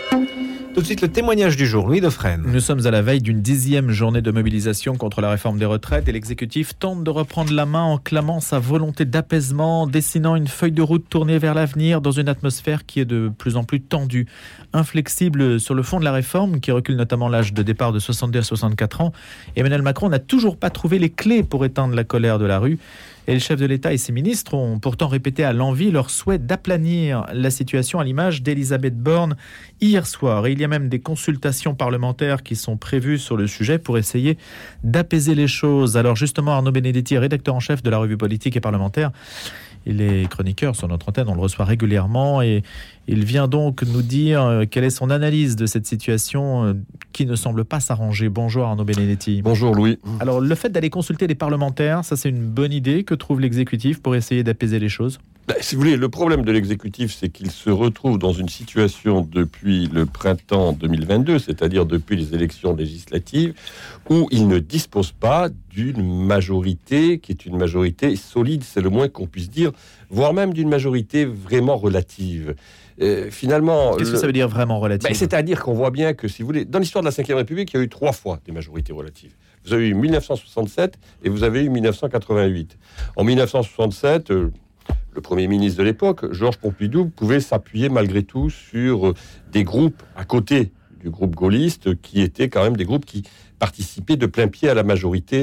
Tout de suite, le témoignage du jour, Louis Dauphren. Nous sommes à la veille d'une 10e journée de mobilisation contre la réforme des retraites et l'exécutif tente de reprendre la main en clamant sa volonté d'apaisement, dessinant une feuille de route tournée vers l'avenir dans une atmosphère qui est de plus en plus tendue. Inflexible sur le fond de la réforme, qui recule notamment l'âge de départ de 62 à 64 ans, Emmanuel Macron n'a toujours pas trouvé les clés pour éteindre la colère de la rue. Et le chef de l'État et ses ministres ont pourtant répété à l'envi leur souhait d'aplanir la situation à l'image d'Elisabeth Borne hier soir. Et il y a même des consultations parlementaires qui sont prévues sur le sujet pour essayer d'apaiser les choses. Alors justement, Arnaud Benedetti, rédacteur en chef de la revue politique et parlementaire, il est chroniqueur sur notre antenne, on le reçoit régulièrement et il vient donc nous dire quelle est son analyse de cette situation qui ne semble pas s'arranger. Bonjour Arnaud Benedetti. Bonjour Louis. Alors le fait d'aller consulter les parlementaires, ça c'est une bonne idée que trouve l'exécutif pour essayer d'apaiser les choses ? Si vous voulez, le problème de l'exécutif, c'est qu'il se retrouve dans une situation depuis le printemps 2022, c'est-à-dire depuis les élections législatives, où il ne dispose pas d'une majorité qui est une majorité solide, c'est le moins qu'on puisse dire, voire même d'une majorité vraiment relative. Finalement, qu'est-ce que ça veut dire vraiment relative ? C'est-à-dire qu'on voit bien que, si vous voulez, dans l'histoire de la Ve République, il y a eu 3 fois des majorités relatives. Vous avez eu 1967 et vous avez eu 1988. En 1967... le Premier ministre de l'époque, Georges Pompidou, pouvait s'appuyer malgré tout sur des groupes à côté du groupe gaulliste, qui étaient quand même des groupes qui participaient de plein pied à la majorité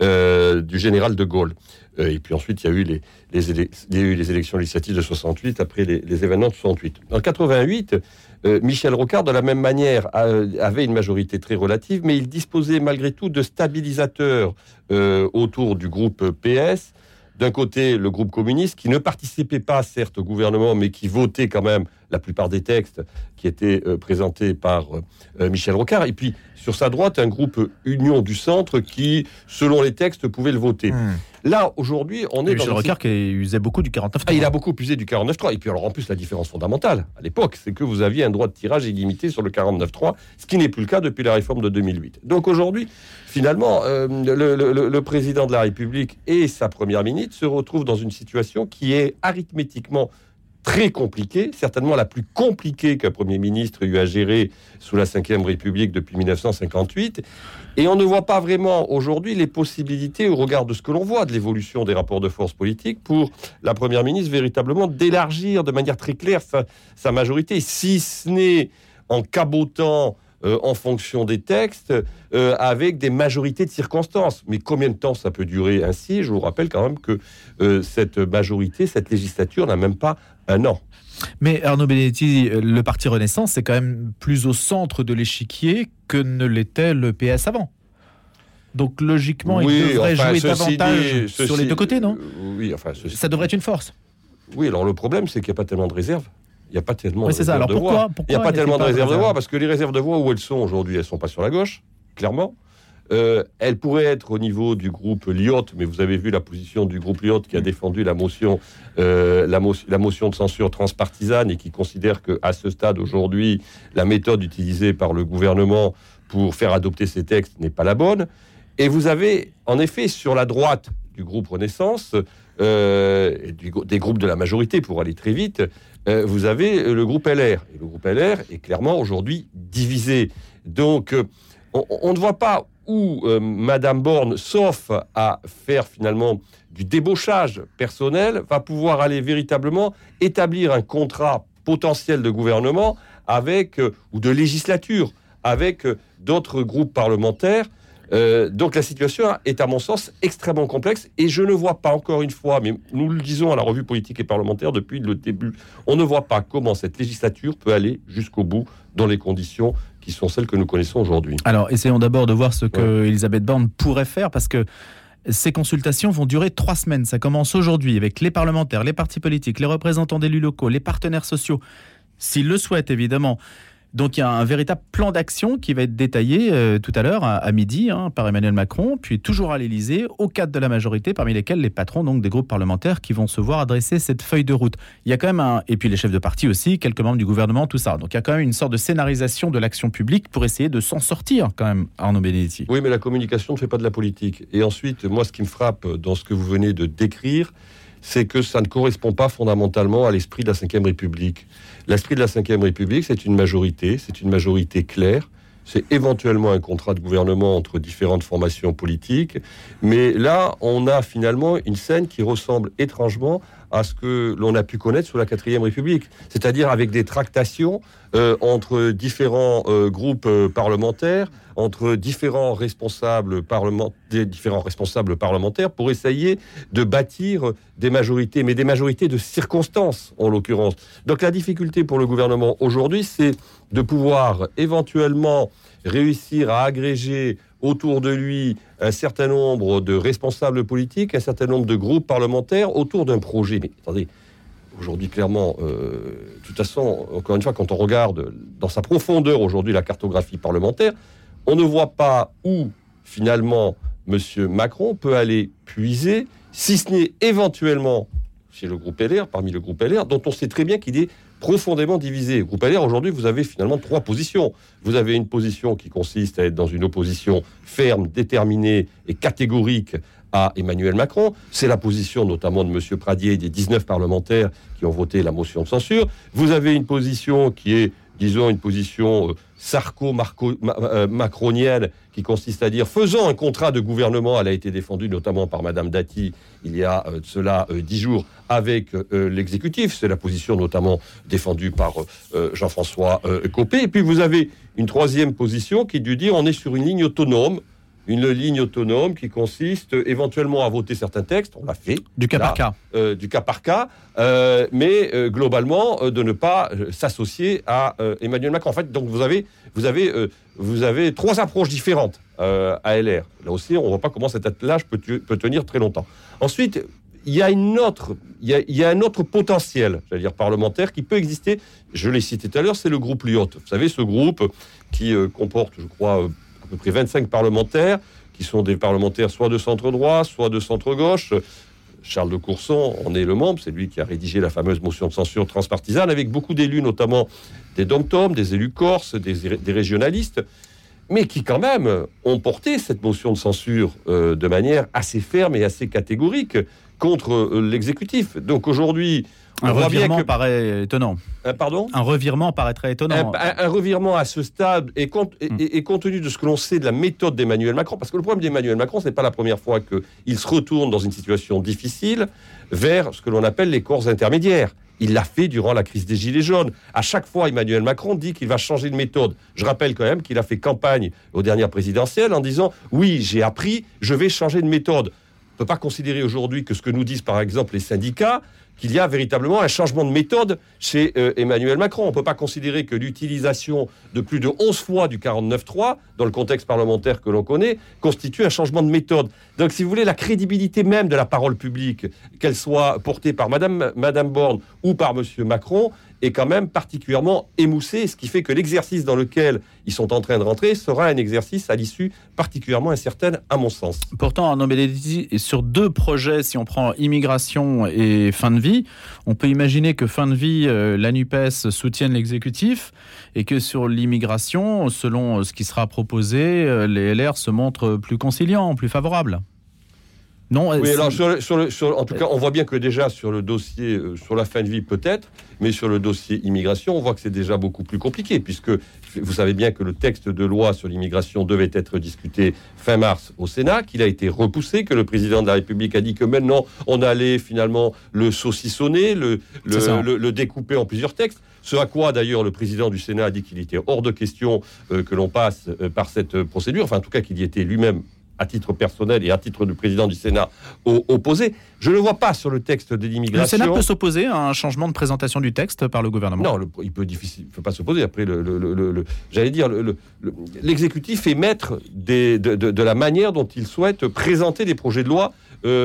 du général de Gaulle. Et puis ensuite, il y a eu les élections législatives de 68, après les événements de 68. En 88, Michel Rocard, de la même manière, avait une majorité très relative, mais il disposait malgré tout de stabilisateurs autour du groupe PS. D'un côté, le groupe communiste, qui ne participait pas, certes, au gouvernement, mais qui votait quand même la plupart des textes qui étaient présentés par Michel Rocard. Et puis, sur sa droite, un groupe Union du Centre qui, selon les textes, pouvait le voter. Là, aujourd'hui, on est Michel Rocard qui usait beaucoup du 49.3. Il a beaucoup usé du 49.3. Et puis, alors, en plus, la différence fondamentale, à l'époque, c'est que vous aviez un droit de tirage illimité sur le 49.3, ce qui n'est plus le cas depuis la réforme de 2008. Donc, aujourd'hui, finalement, le président de la République et sa première ministre se retrouvent dans une situation qui est arithmétiquement très compliquée, certainement la plus compliquée qu'un Premier ministre ait eu à gérer sous la Ve République depuis 1958. Et on ne voit pas vraiment aujourd'hui les possibilités, au regard de ce que l'on voit, de l'évolution des rapports de force politiques, pour la Première ministre véritablement d'élargir de manière très claire sa majorité, si ce n'est en cabotant en fonction des textes, avec des majorités de circonstances. Mais combien de temps ça peut durer ainsi ? Je vous rappelle quand même que cette majorité, cette législature n'a même pas un an. Mais Arnaud Benedetti, le Parti Renaissance, c'est quand même plus au centre de l'échiquier que ne l'était le PS avant. Donc logiquement, il devrait jouer davantage sur les deux côtés, non ? Oui, ça devrait être une force. Oui, alors le problème, c'est qu'il n'y a pas tellement de réserves. Il n'y a pas tellement de réserves de voix. Il n'y a pas tellement de réserves de voix, parce que les réserves de voix, où elles sont aujourd'hui, elles ne sont pas sur la gauche, clairement. Elles pourraient être au niveau du groupe Lyotte, mais vous avez vu la position du groupe Lyotte qui a défendu la motion de censure transpartisane et qui considère qu'à ce stade, aujourd'hui, la méthode utilisée par le gouvernement pour faire adopter ces textes n'est pas la bonne. Et vous avez, en effet, sur la droite du groupe Renaissance, et des groupes de la majorité, pour aller très vite, vous avez le groupe LR. Et le groupe LR est clairement aujourd'hui divisé. Donc, on ne voit pas où Madame Borne, sauf à faire finalement du débauchage personnel, va pouvoir aller véritablement établir un contrat potentiel de gouvernement avec, ou de législature, avec d'autres groupes parlementaires. Donc la situation est à mon sens extrêmement complexe et je ne vois pas, encore une fois, mais nous le disons à la revue politique et parlementaire depuis le début, on ne voit pas comment cette législature peut aller jusqu'au bout dans les conditions qui sont celles que nous connaissons aujourd'hui. Alors essayons d'abord de voir ce que Elisabeth Borne pourrait faire, parce que ces consultations vont durer 3 semaines. Ça commence aujourd'hui avec les parlementaires, les partis politiques, les représentants d'élus locaux, les partenaires sociaux, s'ils le souhaitent évidemment. Donc il y a un véritable plan d'action qui va être détaillé tout à l'heure à midi par Emmanuel Macron, puis toujours à l'Élysée, au cadre de la majorité, parmi lesquels les patrons donc, des groupes parlementaires qui vont se voir adresser cette feuille de route. Il y a quand même et puis les chefs de parti aussi, quelques membres du gouvernement, tout ça. Donc il y a quand même une sorte de scénarisation de l'action publique pour essayer de s'en sortir quand même, Arnaud Benedetti. Oui, mais la communication ne fait pas de la politique. Et ensuite, moi, ce qui me frappe dans ce que vous venez de décrire, c'est que ça ne correspond pas fondamentalement à l'esprit de la Ve République. L'esprit de la Ve République, c'est une majorité claire. C'est éventuellement un contrat de gouvernement entre différentes formations politiques. Mais là, on a finalement une scène qui ressemble étrangement à ce que l'on a pu connaître sous la 4e République. C'est-à-dire avec des tractations entre différents groupes parlementaires, entre différents responsables parlementaires pour essayer de bâtir des majorités, mais des majorités de circonstances, en l'occurrence. Donc la difficulté pour le gouvernement aujourd'hui, c'est de pouvoir éventuellement réussir à agréger autour de lui un certain nombre de responsables politiques, un certain nombre de groupes parlementaires autour d'un projet. Mais attendez, aujourd'hui, clairement, de toute façon, encore une fois, quand on regarde dans sa profondeur aujourd'hui la cartographie parlementaire, on ne voit pas où, finalement, M. Macron peut aller puiser, si ce n'est éventuellement chez le groupe LR, parmi le groupe LR, dont on sait très bien qu'il est profondément divisé. Au groupe LR, aujourd'hui, vous avez finalement 3 positions. Vous avez une position qui consiste à être dans une opposition ferme, déterminée et catégorique à Emmanuel Macron. C'est la position notamment de M. Pradier et des 19 parlementaires qui ont voté la motion de censure. Vous avez une position qui est, disons, une position macronienne, qui consiste à dire faisons un contrat de gouvernement. Elle a été défendue notamment par Madame Dati il y a de cela 10 jours avec l'exécutif. C'est la position notamment défendue par Jean-François Copé. Et puis vous avez une 3e position qui est de dire on est sur une ligne autonome qui consiste éventuellement à voter certains textes, on l'a fait. Du cas par cas. Mais globalement, de ne pas s'associer à Emmanuel Macron. En fait, donc vous avez 3 approches différentes à LR. Là aussi, on ne voit pas comment cet attelage peut tenir très longtemps. Ensuite, il y a un autre potentiel, j'allais dire parlementaire, qui peut exister. Je l'ai cité tout à l'heure, c'est le groupe Lyotte. Vous savez, ce groupe qui comporte, je crois, à peu près 25 parlementaires, qui sont des parlementaires soit de centre-droit, soit de centre-gauche. Charles de Courson en est le membre, c'est lui qui a rédigé la fameuse motion de censure transpartisane, avec beaucoup d'élus, notamment des dom-toms, des élus corses, des régionalistes, mais qui quand même ont porté cette motion de censure de manière assez ferme et assez catégorique contre l'exécutif. Donc aujourd'hui, un revirement paraît étonnant. Pardon ? Un revirement paraîtrait étonnant. Un revirement à ce stade, et compte tenu de ce que l'on sait de la méthode d'Emmanuel Macron, parce que le problème d'Emmanuel Macron, ce n'est pas la première fois qu'il se retourne dans une situation difficile vers ce que l'on appelle les corps intermédiaires. Il l'a fait durant la crise des Gilets jaunes. À chaque fois, Emmanuel Macron dit qu'il va changer de méthode. Je rappelle quand même qu'il a fait campagne aux dernières présidentielles en disant « Oui, j'ai appris, je vais changer de méthode ». On ne peut pas considérer aujourd'hui que ce que nous disent par exemple les syndicats, qu'il y a véritablement un changement de méthode chez Emmanuel Macron. On ne peut pas considérer que l'utilisation de plus de 11 fois du 49.3, dans le contexte parlementaire que l'on connaît, constitue un changement de méthode. Donc, si vous voulez, la crédibilité même de la parole publique, qu'elle soit portée par Madame Borne ou par Monsieur Macron, est quand même particulièrement émoussée, ce qui fait que l'exercice dans lequel ils sont en train de rentrer sera un exercice à l'issue particulièrement incertaine, à mon sens. Pourtant, Arnaud Benedetti, sur 2 projets, si on prend immigration et fin de vie, on peut imaginer que fin de vie, la NUPES soutienne l'exécutif et que sur l'immigration, selon ce qui sera proposé, les LR se montrent plus conciliants, plus favorables. Non, oui, alors en tout cas, on voit bien que déjà sur le dossier, sur la fin de vie peut-être, mais sur le dossier immigration, on voit que c'est déjà beaucoup plus compliqué, puisque vous savez bien que le texte de loi sur l'immigration devait être discuté fin mars au Sénat, qu'il a été repoussé, que le président de la République a dit que maintenant on allait finalement le saucissonner, le découper en plusieurs textes. Ce à quoi d'ailleurs le président du Sénat a dit qu'il était hors de question que l'on passe par cette procédure, enfin en tout cas qu'il y était lui-même à titre personnel et à titre de président du Sénat opposé. Je ne le vois pas sur le texte de l'immigration. Le Sénat peut s'opposer à un changement de présentation du texte par le gouvernement. Non, il peut pas s'opposer. Après, j'allais dire, l'exécutif est maître de la manière dont il souhaite présenter des projets de loi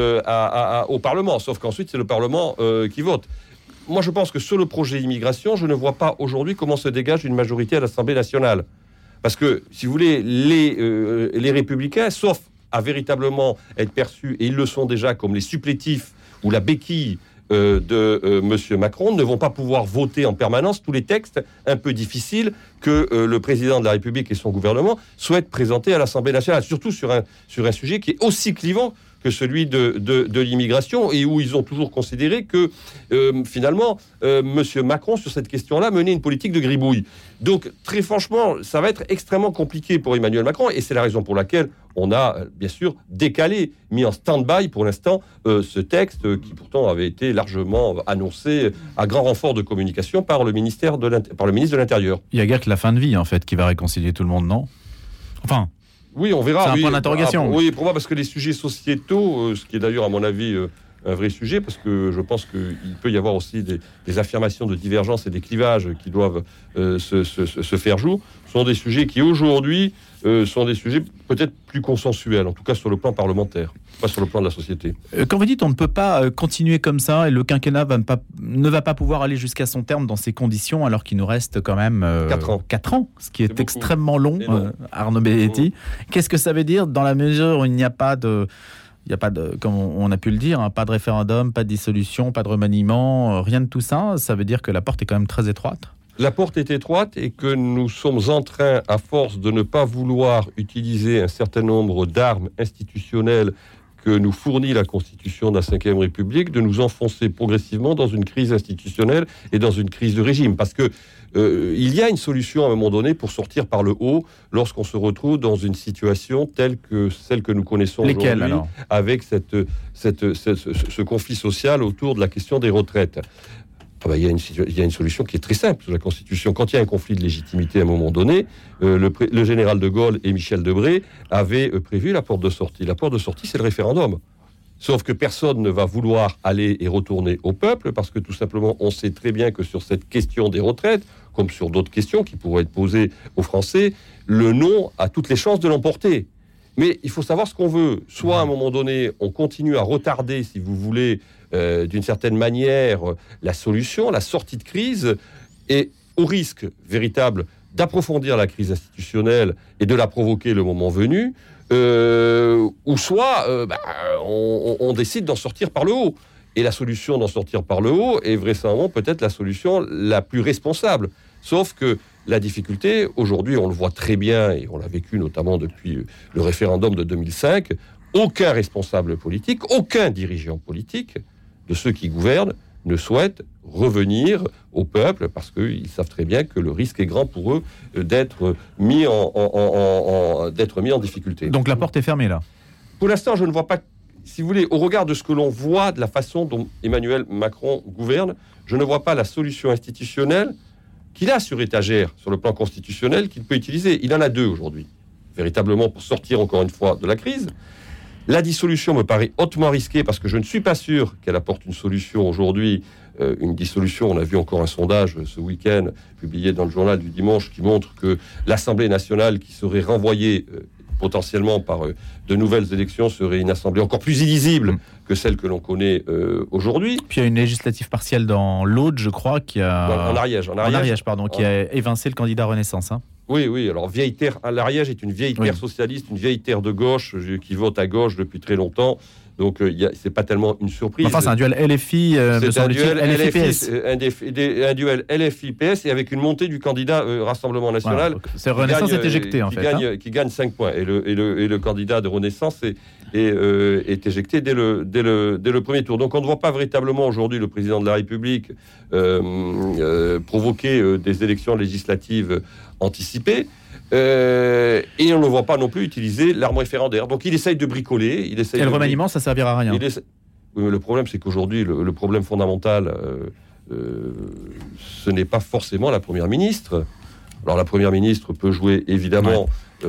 au Parlement. Sauf qu'ensuite, c'est le Parlement qui vote. Moi, je pense que sur le projet immigration, je ne vois pas aujourd'hui comment se dégage une majorité à l'Assemblée nationale. Parce que, si vous voulez, les Républicains, sauf à véritablement être perçus, et ils le sont déjà, comme les supplétifs ou la béquille de M. Macron, ne vont pas pouvoir voter en permanence tous les textes un peu difficiles que le président de la République et son gouvernement souhaitent présenter à l'Assemblée nationale, surtout sur un sujet qui est aussi clivant que celui de l'immigration, et où ils ont toujours considéré que, finalement, M. Macron, sur cette question-là, menait une politique de gribouille. Donc, très franchement, ça va être extrêmement compliqué pour Emmanuel Macron, et c'est la raison pour laquelle on a, bien sûr, décalé, mis en stand-by, pour l'instant, ce texte qui, pourtant, avait été largement annoncé à grand renfort de communication par le ministre de l'Intérieur. Il y a que la fin de vie, en fait, qui va réconcilier tout le monde, non ? Enfin... Oui, on verra. C'est un point d'interrogation. Oui, pour moi, parce que les sujets sociétaux, ce qui est d'ailleurs, à mon avis, un vrai sujet, parce que je pense qu'il peut y avoir aussi des affirmations de divergence et des clivages qui doivent se faire jour, sont des sujets qui, aujourd'hui, sont des sujets peut-être plus consensuels, en tout cas sur le plan parlementaire, pas sur le plan de la société. Quand vous dites on ne peut pas continuer comme ça et le quinquennat ne va pas pouvoir aller jusqu'à son terme dans ces conditions alors qu'il nous reste quand même 4 ans, ce qui est extrêmement long, Arnaud Belletti. Qu'est-ce que ça veut dire dans la mesure où il n'y a pas de, comme on a pu le dire, hein, pas de référendum, pas de dissolution, pas de remaniement, rien de tout ça. Ça veut dire que la porte est quand même très étroite. La porte est étroite et que nous sommes en train, à force de ne pas vouloir utiliser un certain nombre d'armes institutionnelles que nous fournit la Constitution de la Ve République, de nous enfoncer progressivement dans une crise institutionnelle et dans une crise de régime. Parce que il y a une solution à un moment donné pour sortir par le haut lorsqu'on se retrouve dans une situation telle que celle que nous connaissons aujourd'hui, avec ce conflit social autour de la question des retraites. Il y a une solution qui est très simple sur la Constitution. Quand il y a un conflit de légitimité à un moment donné, le général de Gaulle et Michel Debré avaient prévu la porte de sortie. La porte de sortie, c'est le référendum. Sauf que personne ne va vouloir aller et retourner au peuple, parce que tout simplement, on sait très bien que sur cette question des retraites, comme sur d'autres questions qui pourraient être posées aux Français, le non a toutes les chances de l'emporter. Mais il faut savoir ce qu'on veut. Soit à un moment donné, on continue à retarder, si vous voulez, d'une certaine manière, la solution, la sortie de crise, et au risque véritable d'approfondir la crise institutionnelle et de la provoquer le moment venu, ou soit on décide d'en sortir par le haut. Et la solution d'en sortir par le haut est vraisemblablement peut-être la solution la plus responsable. Sauf que la difficulté, aujourd'hui, on le voit très bien, et on l'a vécu notamment depuis le référendum de 2005, aucun responsable politique, aucun dirigeant politique de ceux qui gouvernent ne souhaite revenir au peuple, parce qu'ils savent très bien que le risque est grand pour eux d'être mis en difficulté. Donc la porte est fermée, là ? Pour l'instant, je ne vois pas, si vous voulez, au regard de ce que l'on voit, de la façon dont Emmanuel Macron gouverne, je ne vois pas la solution institutionnelle qu'il a sur étagère, sur le plan constitutionnel, qu'il peut utiliser. Il en a deux aujourd'hui, véritablement, pour sortir encore une fois de la crise. La dissolution me paraît hautement risquée, parce que je ne suis pas sûr qu'elle apporte une solution aujourd'hui. Une dissolution, on a vu encore un sondage ce week-end, publié dans le journal du dimanche, qui montre que l'Assemblée nationale, qui serait renvoyée potentiellement par de nouvelles élections, serait une assemblée encore plus illisible que celle que l'on connaît aujourd'hui. Puis il y a une législative partielle dans l'Aude, je crois, qui a... En Ariège, qui a évincé le candidat Renaissance. Hein. Oui. Alors, vieille terre, l'Ariège est une vieille terre socialiste, une vieille terre de gauche qui vote à gauche depuis très longtemps. Donc, c'est pas tellement une surprise. Enfin, c'est un duel LFI, c'est un duel LFI-PS. Un duel LFI-PS, et avec une montée du candidat Rassemblement National. Voilà, c'est Renaissance est éjecté, en fait. Qui gagne 5 points. Et le candidat de Renaissance est éjecté dès le premier tour. Donc, on ne voit pas véritablement aujourd'hui le président de la République provoquer des élections législatives anticipées. Et on ne le voit pas non plus utiliser l'arme référendaire. Donc il essaye de bricoler. Et le remaniement, ça ne servira à rien. Le problème, c'est qu'aujourd'hui, le problème fondamental, ce n'est pas forcément la Première ministre. Alors la Première ministre peut jouer évidemment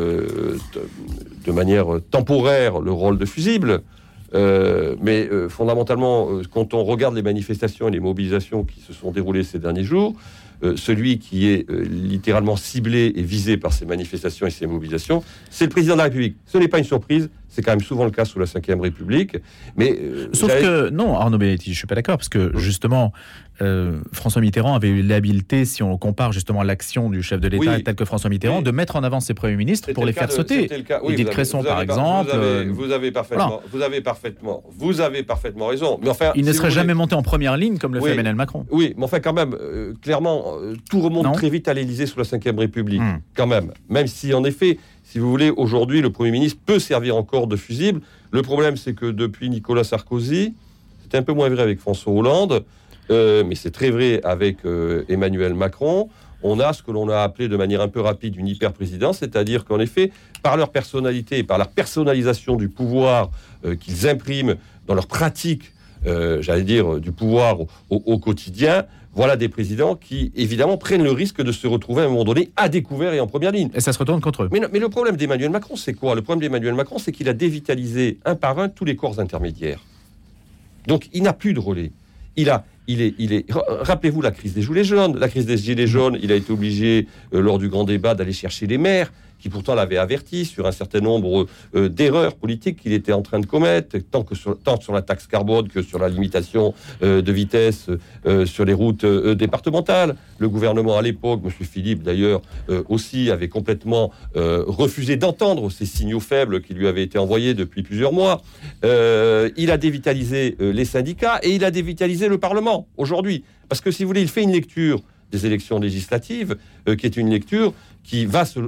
de manière temporaire le rôle de fusible. Mais fondamentalement, quand on regarde les manifestations et les mobilisations qui se sont déroulées ces derniers jours, celui qui est littéralement ciblé et visé par ces manifestations et ces mobilisations, c'est le président de la République. Ce n'est pas une surprise, c'est quand même souvent le cas sous la Ve République. Mais sauf que non, Arnaud Belletti, je ne suis pas d'accord, parce que justement, François Mitterrand avait eu l'habileté, si on compare justement l'action du chef de l'État tel que François Mitterrand, de mettre en avant ses premiers ministres pour les faire sauter. Édith Cresson, par exemple. Vous avez parfaitement raison. Mais enfin, il ne serait jamais monté en première ligne comme le fait Emmanuel Macron. Oui, mais enfin quand même, clairement, tout remonte très vite à l'Élysée sous la Ve République. Quand même si en effet, si vous voulez, aujourd'hui, le Premier ministre peut servir encore de fusible. Le problème, c'est que depuis Nicolas Sarkozy, c'était un peu moins vrai avec François Hollande, mais c'est très vrai avec Emmanuel Macron, on a ce que l'on a appelé de manière un peu rapide une hyper-présidence, c'est-à-dire qu'en effet, par leur personnalité et par la personnalisation du pouvoir qu'ils impriment dans leur pratique, du pouvoir au quotidien, voilà des présidents qui, évidemment, prennent le risque de se retrouver à un moment donné à découvert et en première ligne. Et ça se retourne contre eux. Mais le problème d'Emmanuel Macron, c'est quoi ? Le problème d'Emmanuel Macron, c'est qu'il a dévitalisé un par un tous les corps intermédiaires. Donc, il n'a plus de relais. Rappelez-vous la crise des Gilets jaunes. La crise des Gilets jaunes, il a été obligé, lors du grand débat, d'aller chercher les maires, qui pourtant l'avaient averti sur un certain nombre d'erreurs politiques qu'il était en train de commettre, tant sur la taxe carbone que sur la limitation de vitesse sur les routes départementales. Le gouvernement à l'époque, M. Philippe d'ailleurs, aussi avait complètement refusé d'entendre ces signaux faibles qui lui avaient été envoyés depuis plusieurs mois. Il a dévitalisé les syndicats et il a dévitalisé le Parlement aujourd'hui. Parce que si vous voulez, il fait une lecture des élections législatives, qui est une lecture qui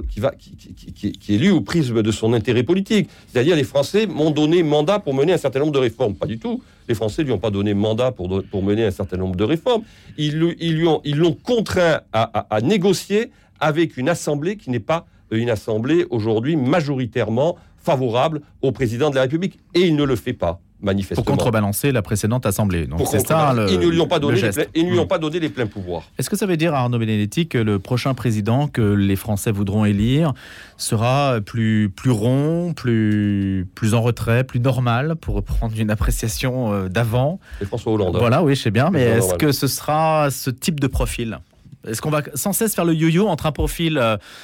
est lue au prisme de son intérêt politique. C'est-à-dire, les Français m'ont donné mandat pour mener un certain nombre de réformes. Pas du tout. Les Français ne lui ont pas donné mandat pour mener un certain nombre de réformes. Ils l'ont contraint à négocier avec une assemblée qui n'est pas une assemblée aujourd'hui majoritairement favorable au président de la République. Et il ne le fait pas. Manifestement. Pour contrebalancer la précédente assemblée. Donc c'est ça ils ne lui ont pas donné les pleins pouvoirs. Est-ce que ça veut dire, Arnaud Benedetti, que le prochain président que les Français voudront élire sera plus rond, plus en retrait, plus normal, pour reprendre une appréciation d'avant ? C'est François Hollande. Voilà, oui, je sais bien, mais est-ce que ce sera ce type de profil ? Est-ce qu'on va sans cesse faire le yo-yo entre un profil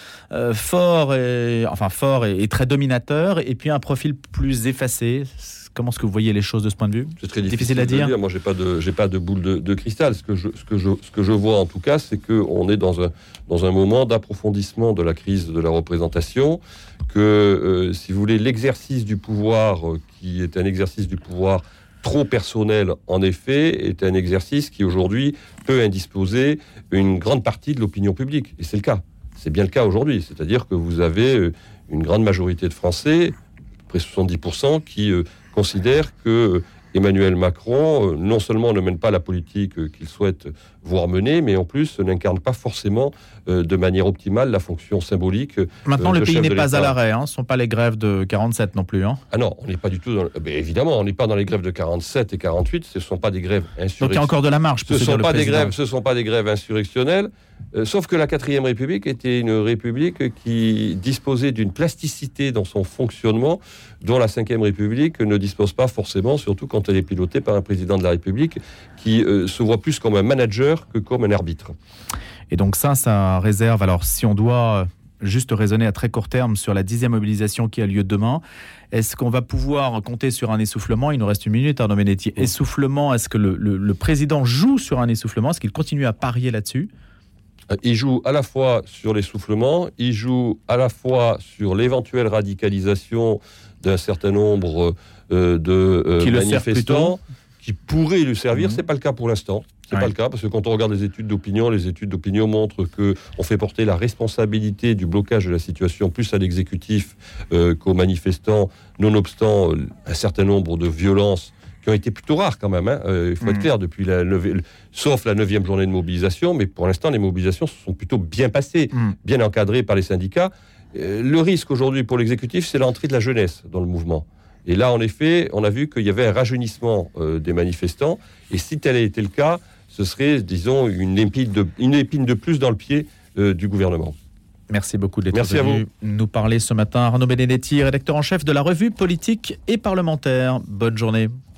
fort et très dominateur, et puis un profil plus effacé ? Comment est-ce que vous voyez les choses de ce point de vue ? C'est très difficile à dire. Moi, j'ai pas de boule de cristal. Ce que je vois en tout cas, c'est qu'on est dans un moment d'approfondissement de la crise de la représentation. Que si vous voulez, l'exercice du pouvoir, qui est un exercice du pouvoir trop personnel, en effet, est un exercice qui aujourd'hui peut indisposer une grande partie de l'opinion publique. Et c'est le cas. C'est bien le cas aujourd'hui. C'est-à-dire que vous avez une grande majorité de Français, près de 70%, qui considèrent que Emmanuel Macron, non seulement ne mène pas la politique qu'il souhaite voir mener, mais en plus n'incarne pas forcément de manière optimale la fonction symbolique. Maintenant, le pays n'est pas à l'arrêt. Ce ne sont pas les grèves de 47 non plus. Ah non, on n'est pas du tout dans... évidemment, on n'est pas dans les grèves de 47 et 48. Ce ne sont pas des grèves insurrectionnelles. Donc il y a encore de la marge. Ce ne sont pas des grèves insurrectionnelles. Sauf que la 4e République était une république qui disposait d'une plasticité dans son fonctionnement dont la 5e République ne dispose pas forcément, surtout quand elle est pilotée par un président de la République qui se voit plus comme un manager que comme un arbitre. Et donc ça réserve, alors si on doit juste raisonner à très court terme sur la 10e mobilisation qui a lieu demain, est-ce qu'on va pouvoir compter sur un essoufflement ? Il nous reste une minute, Arnaud Benedetti. Essoufflement, est-ce que le président joue sur un essoufflement ? Est-ce qu'il continue à parier là-dessus ? Il joue à la fois sur l'essoufflement, il joue à la fois sur l'éventuelle radicalisation d'un certain nombre de manifestants qui pourraient lui servir. C'est pas le cas pour l'instant. C'est pas le cas, parce que quand on regarde les études d'opinion montrent qu'on fait porter la responsabilité du blocage de la situation plus à l'exécutif qu'aux manifestants, nonobstant un certain nombre de violences qui ont été plutôt rares quand même, il faut être clair, depuis sauf la 9e journée de mobilisation, mais pour l'instant, les mobilisations se sont plutôt bien passées, bien encadrées par les syndicats. Le risque aujourd'hui pour l'exécutif, c'est l'entrée de la jeunesse dans le mouvement. Et là, en effet, on a vu qu'il y avait un rajeunissement des manifestants, et si tel a été le cas, ce serait, disons, une épine de plus dans le pied du gouvernement. Merci beaucoup d'être venu nous parler ce matin. Arnaud Benedetti, rédacteur en chef de la revue politique et parlementaire. Bonne journée.